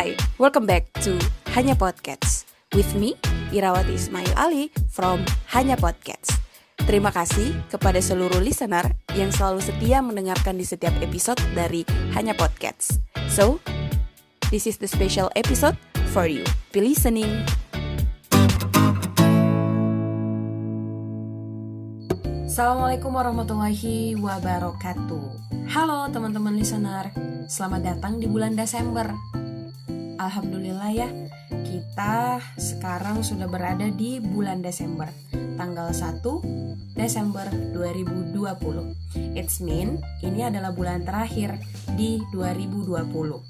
Hai, welcome back to Hanya Podcast with me, Irawati Ismail Ali from Hanya Podcast. Terima kasih kepada seluruh listener yang selalu setia mendengarkan di setiap episode dari Hanya Podcast. So, this is the special episode for you. Be listening. Assalamualaikum warahmatullahi wabarakatuh. Halo teman-teman listener, selamat datang di bulan Desember. Alhamdulillah ya, kita sekarang sudah berada di bulan Desember, tanggal 1 Desember 2020. It's mean ini adalah bulan terakhir di 2020.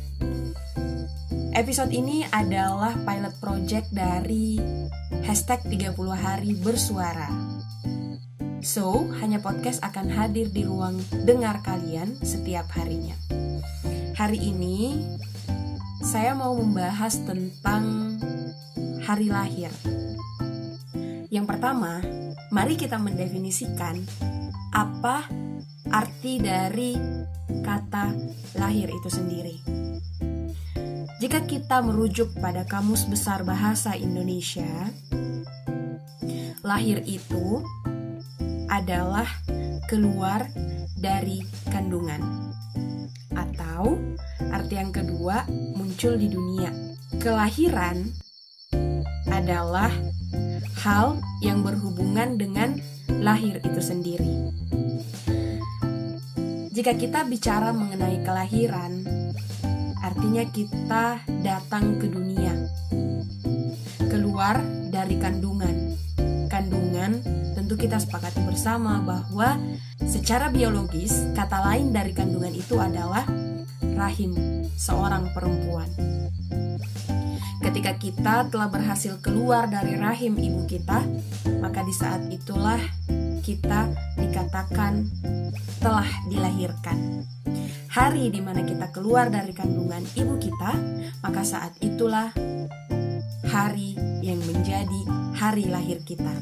Episode ini adalah pilot project dari hashtag 30 hari bersuara. So, Hanya Podcast akan hadir di ruang dengar kalian setiap harinya. Hari ini saya mau membahas tentang hari lahir. Yang pertama, mari kita mendefinisikan apa arti dari kata lahir itu sendiri. Jika kita merujuk pada Kamus Besar Bahasa Indonesia, lahir itu adalah keluar dari kandungan, atau arti yang kedua, muncul di dunia. Kelahiran adalah hal yang berhubungan dengan lahir itu sendiri. Jika kita bicara mengenai kelahiran, artinya kita datang ke dunia, keluar dari kandungan. Kandungan tentu kita sepakati bersama bahwa secara biologis, kata lain dari kandungan itu adalah rahim seorang perempuan. Ketika kita telah berhasil keluar dari rahim ibu kita, maka di saat itulah kita dikatakan telah dilahirkan. Hari di mana kita keluar dari kandungan ibu kita, maka saat itulah hari yang menjadi hari lahir kita.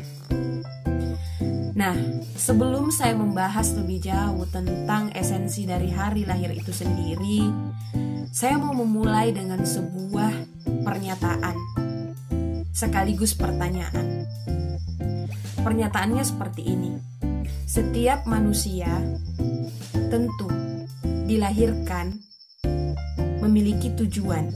Nah, sebelum saya membahas lebih jauh tentang esensi dari hari lahir itu sendiri, saya mau memulai dengan sebuah pernyataan sekaligus pertanyaan. Pernyataannya seperti ini: setiap manusia tentu dilahirkan memiliki tujuan.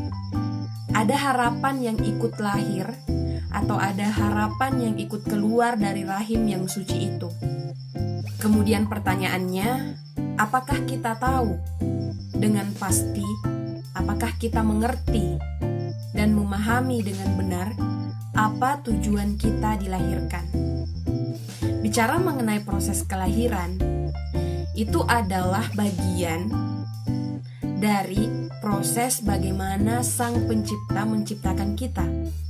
Ada harapan yang ikut lahir, atau ada harapan yang ikut keluar dari rahim yang suci itu. Kemudian pertanyaannya, apakah kita tahu dengan pasti, apakah kita mengerti dan memahami dengan benar apa tujuan kita dilahirkan? Bicara mengenai proses kelahiran, itu adalah bagian dari proses bagaimana Sang Pencipta menciptakan kita.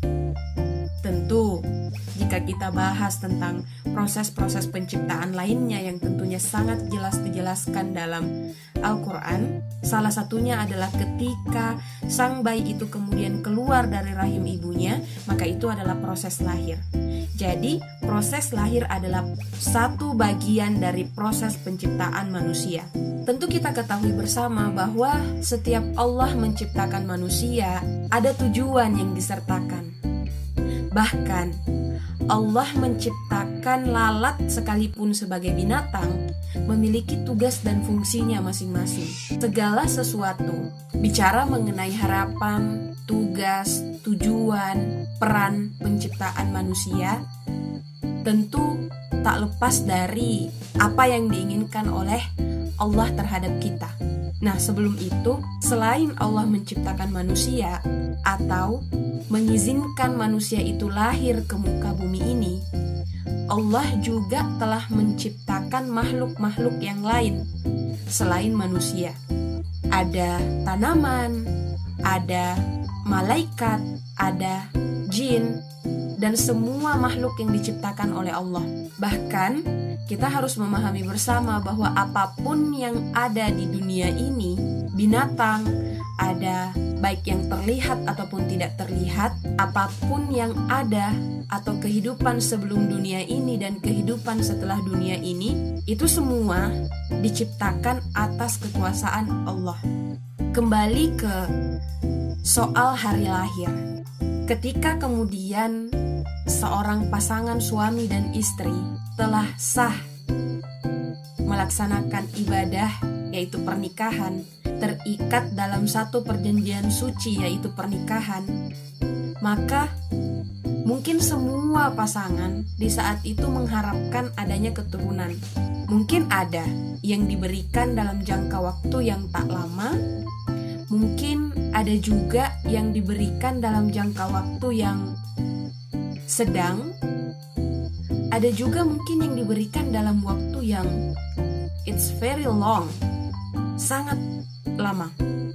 Tentu, jika kita bahas tentang proses-proses penciptaan lainnya yang tentunya sangat jelas dijelaskan dalam Al-Quran, salah satunya adalah ketika sang bayi itu kemudian keluar dari rahim ibunya, maka itu adalah proses lahir. Jadi, proses lahir adalah satu bagian dari proses penciptaan manusia. Tentu kita ketahui bersama bahwa setiap Allah menciptakan manusia, ada tujuan yang disertakan. Bahkan Allah menciptakan lalat sekalipun sebagai binatang memiliki tugas dan fungsinya masing-masing. Segala sesuatu bicara mengenai harapan, tugas, tujuan, peran penciptaan manusia tentu tak lepas dari apa yang diinginkan oleh Allah terhadap kita. Nah, sebelum itu, selain Allah menciptakan manusia atau mengizinkan manusia itu lahir ke muka bumi ini, Allah juga telah menciptakan makhluk-makhluk yang lain selain manusia. Ada tanaman, ada malaikat, ada jin, dan semua makhluk yang diciptakan oleh Allah. Bahkan, kita harus memahami bersama bahwa apapun yang ada di dunia ini, binatang, ada baik yang terlihat ataupun tidak terlihat, apapun yang ada atau kehidupan sebelum dunia ini dan kehidupan setelah dunia ini, itu semua diciptakan atas kekuasaan Allah. kembali ke soal hari lahir. Ketika kemudian seorang pasangan suami dan istri telah sah melaksanakan ibadah yaitu pernikahan, terikat dalam satu perjanjian suci yaitu pernikahan, maka mungkin semua pasangan di saat itu mengharapkan adanya keturunan. Mungkin ada yang diberikan dalam jangka waktu yang tak lama, mungkin ada juga yang diberikan dalam jangka waktu yang sedang, ada juga mungkin yang diberikan dalam waktu yang it's very long, sangat lama.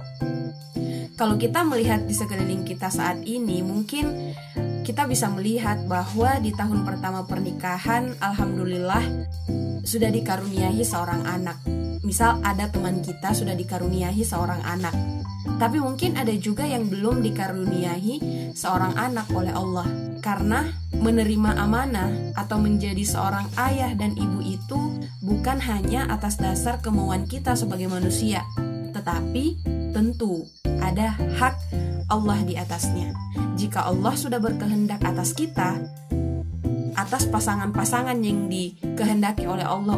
Kalau kita melihat di sekeliling kita saat ini, mungkin kita bisa melihat bahwa di tahun pertama pernikahan, alhamdulillah sudah dikaruniai seorang anak. Misal ada teman kita sudah dikaruniai seorang anak, tapi mungkin ada juga yang belum dikaruniai seorang anak oleh Allah. Karena menerima amanah atau menjadi seorang ayah dan ibu itu bukan hanya atas dasar kemauan kita sebagai manusia, tetapi tentu ada hak Allah di atasnya. Jika Allah sudah berkehendak atas kita, atas pasangan-pasangan yang dikehendaki oleh Allah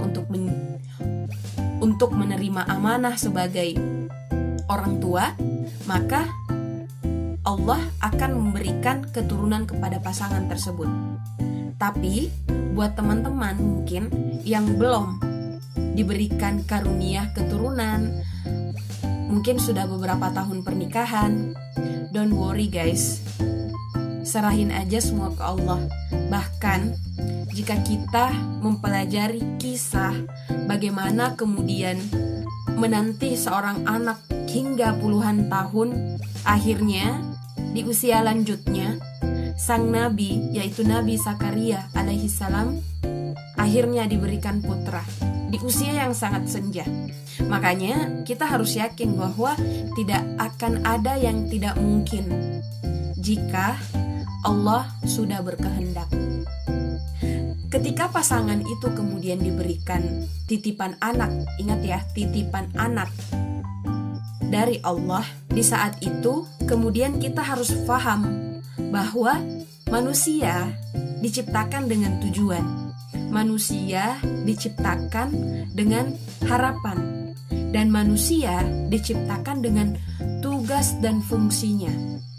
untuk menerima amanah sebagai orang tua, maka Allah akan memberikan keturunan kepada pasangan tersebut. Tapi buat teman-teman mungkin yang belum diberikan karunia keturunan, mungkin sudah beberapa tahun pernikahan, don't worry guys, serahin aja semua ke Allah. Bahkan jika kita mempelajari kisah bagaimana kemudian menanti seorang anak hingga puluhan tahun, akhirnya di usia lanjutnya sang nabi yaitu Nabi Zakaria alaihi salam akhirnya diberikan putra di usia yang sangat senja. Makanya kita harus yakin bahwa tidak akan ada yang tidak mungkin jika Allah sudah berkehendak. Ketika pasangan itu kemudian diberikan titipan anak, ingat ya, titipan anak dari Allah, di saat itu kemudian kita harus paham bahwa manusia diciptakan dengan tujuan. Manusia diciptakan dengan harapan, dan manusia diciptakan dengan tugas dan fungsinya.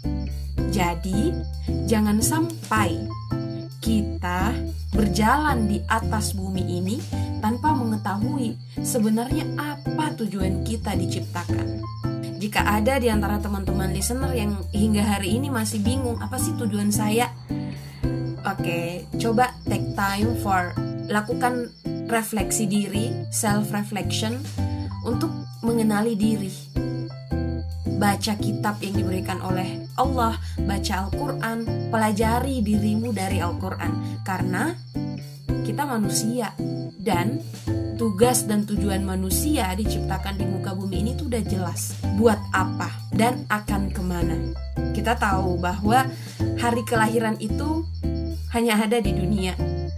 Jadi, jangan sampai kita berjalan di atas bumi ini tanpa mengetahui sebenarnya apa tujuan kita diciptakan. Jika ada di antara teman-teman listener yang hingga hari ini masih bingung, apa sih tujuan saya? Oke, coba take time for lakukan refleksi diri, self-reflection, untuk mengenali diri. Baca kitab yang diberikan oleh Allah, baca Al-Quran, pelajari dirimu dari Al-Quran. Karena kita manusia, dan tugas dan tujuan manusia diciptakan di muka bumi ini tuh udah jelas. Buat apa dan akan kemana. Kita tahu bahwa hari kelahiran itu hanya ada di dunia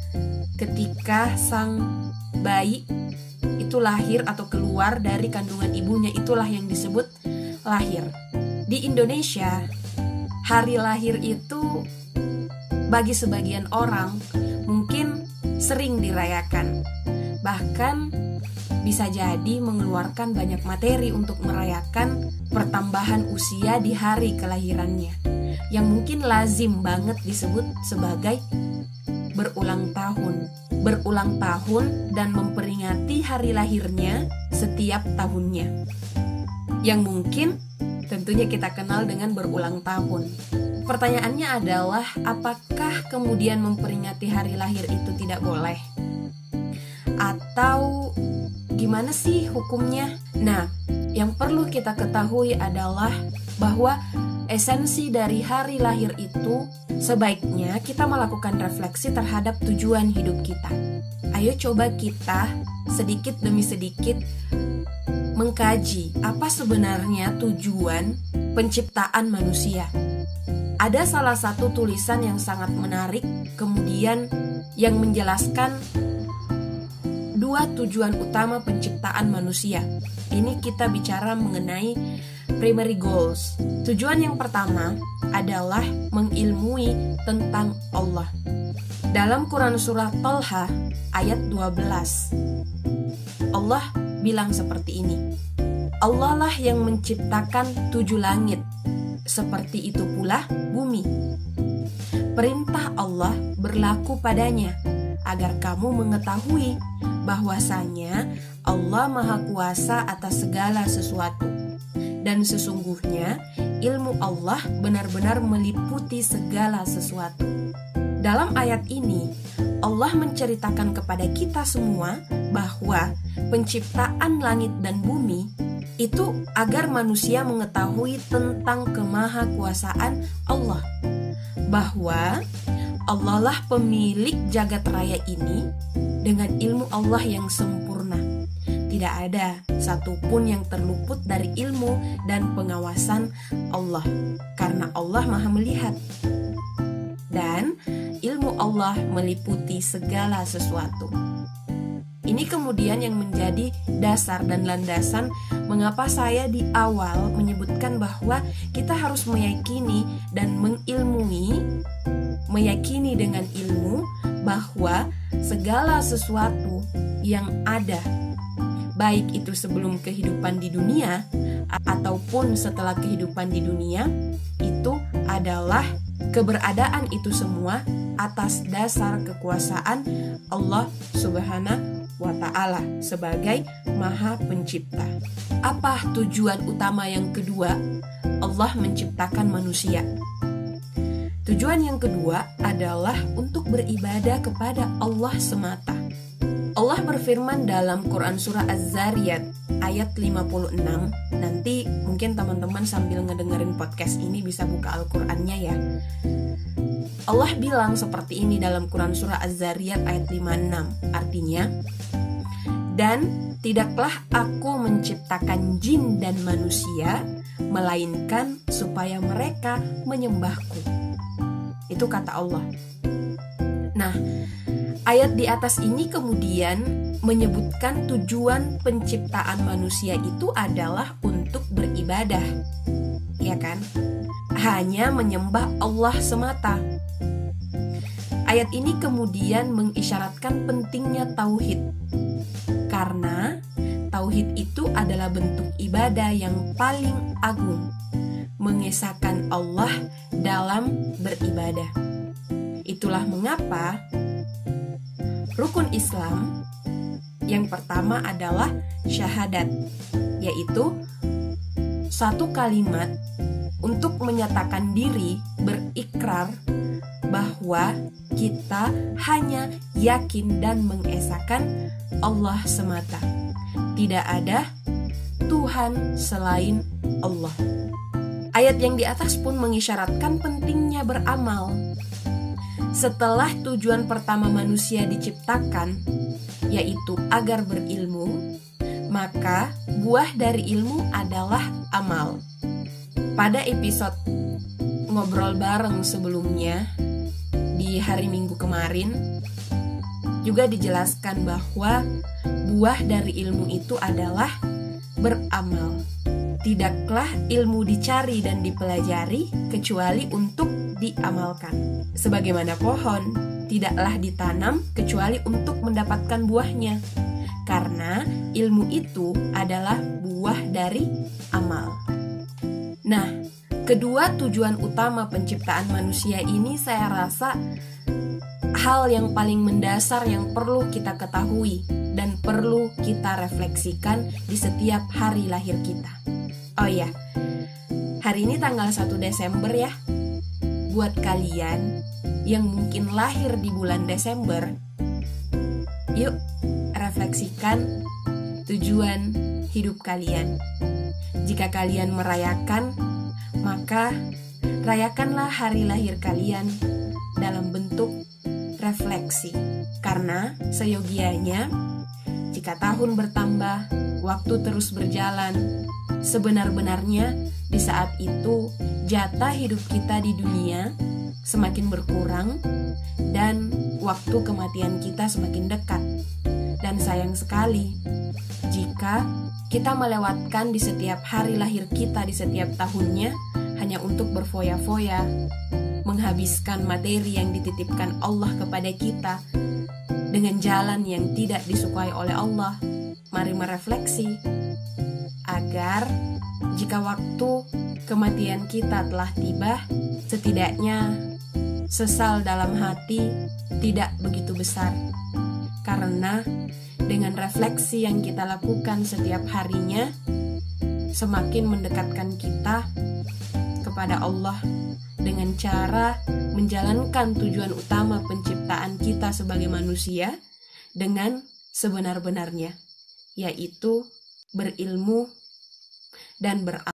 ketika sang bayi itu lahir atau keluar dari kandungan ibunya, itulah yang disebut lahir. Di Indonesia, hari lahir itu bagi sebagian orang mungkin sering dirayakan. Bahkan bisa jadi mengeluarkan banyak materi untuk merayakan pertambahan usia di hari kelahirannya, yang mungkin lazim banget disebut sebagai berulang tahun dan memperingati hari lahirnya setiap tahunnya, yang mungkin tentunya kita kenal dengan berulang tahun. Pertanyaannya adalah, apakah kemudian memperingati hari lahir itu tidak boleh? Atau gimana sih hukumnya? Nah, yang perlu kita ketahui adalah bahwa esensi dari hari lahir itu sebaiknya kita melakukan refleksi terhadap tujuan hidup kita. Ayo coba kita sedikit demi sedikit mengkaji apa sebenarnya tujuan penciptaan manusia. Ada salah satu tulisan yang sangat menarik kemudian yang menjelaskan dua tujuan utama penciptaan manusia. Ini kita bicara mengenai primary goals. Tujuan yang pertama adalah mengilmui tentang Allah. Dalam Quran surah Thalha ayat 12, Allah bilang seperti ini. Allah lah yang menciptakan 7 langit, seperti itu pula bumi. Perintah Allah berlaku padanya, agar kamu mengetahui bahwasanya Allah Maha Kuasa atas segala sesuatu. Dan sesungguhnya ilmu Allah benar-benar meliputi segala sesuatu. Dalam ayat ini, Allah menceritakan kepada kita semua bahwa penciptaan langit dan bumi itu agar manusia mengetahui tentang kemahakuasaan Allah, bahwa Allah lah pemilik jagat raya ini dengan ilmu Allah yang sempurna. Tidak ada satupun yang terluput dari ilmu dan pengawasan Allah, karena Allah Maha melihat. Dan ilmu Allah meliputi segala sesuatu. Ini kemudian yang menjadi dasar dan landasan mengapa saya di awal menyebutkan bahwa kita harus meyakini dan meyakini dengan ilmu bahwa segala sesuatu yang ada, baik itu sebelum kehidupan di dunia ataupun setelah kehidupan di dunia, itu adalah keberadaan itu semua atas dasar kekuasaan Allah Subhanahu wa Ta'ala sebagai Maha Pencipta. Apa tujuan utama yang kedua Allah menciptakan manusia? Tujuan yang kedua adalah untuk beribadah kepada Allah semata. Allah berfirman dalam Quran surah Az-Zariyat ayat 56. Nanti mungkin teman-teman sambil ngedengerin podcast ini bisa buka Al-Qur'annya ya. Allah bilang seperti ini dalam Quran surah Az-Zariyat ayat 56. Artinya, dan tidaklah aku menciptakan jin dan manusia melainkan supaya mereka menyembahku. Itu kata Allah. Nah, ayat di atas ini kemudian menyebutkan tujuan penciptaan manusia itu adalah untuk beribadah, ya kan? Hanya menyembah Allah semata. Ayat ini kemudian mengisyaratkan pentingnya tauhid, karena tauhid itu adalah bentuk ibadah yang paling agung, mengesahkan Allah dalam beribadah. Itulah mengapa rukun Islam yang pertama adalah syahadat, yaitu satu kalimat untuk menyatakan diri berikrar bahwa kita hanya yakin dan mengesahkan Allah semata. Tidak ada Tuhan selain Allah. Ayat yang di atas pun mengisyaratkan pentingnya beramal. Setelah tujuan pertama manusia diciptakan, yaitu agar berilmu, maka buah dari ilmu adalah amal. Pada episode ngobrol bareng sebelumnya, di hari Minggu kemarin, juga dijelaskan bahwa buah dari ilmu itu adalah beramal. Tidaklah ilmu dicari dan dipelajari kecuali untuk diamalkan. Sebagaimana pohon tidaklah ditanam kecuali untuk mendapatkan buahnya, karena ilmu itu adalah buah dari amal. Nah, kedua tujuan utama penciptaan manusia ini saya rasa hal yang paling mendasar yang perlu kita ketahui dan perlu kita refleksikan di setiap hari lahir kita. Oh iya, hari ini tanggal 1 Desember ya. Buat kalian yang mungkin lahir di bulan Desember, yuk refleksikan tujuan hidup kalian. Jika kalian merayakan, maka rayakanlah hari lahir kalian dalam bentuk refleksi. Karena seyogianya, jika tahun bertambah, waktu terus berjalan, sebenar-benarnya di saat itu jatah hidup kita di dunia semakin berkurang dan waktu kematian kita semakin dekat. Dan sayang sekali jika kita melewatkan di setiap hari lahir kita di setiap tahunnya hanya untuk berfoya-foya, menghabiskan materi yang dititipkan Allah kepada kita dengan jalan yang tidak disukai oleh Allah. Mari merefleksi agar jika waktu kematian kita telah tiba, setidaknya sesal dalam hati tidak begitu besar. Karena dengan refleksi yang kita lakukan setiap harinya, semakin mendekatkan kita kepada Allah dengan cara menjalankan tujuan utama penciptaan kita sebagai manusia dengan sebenar-benarnya, yaitu berilmu dan beramal.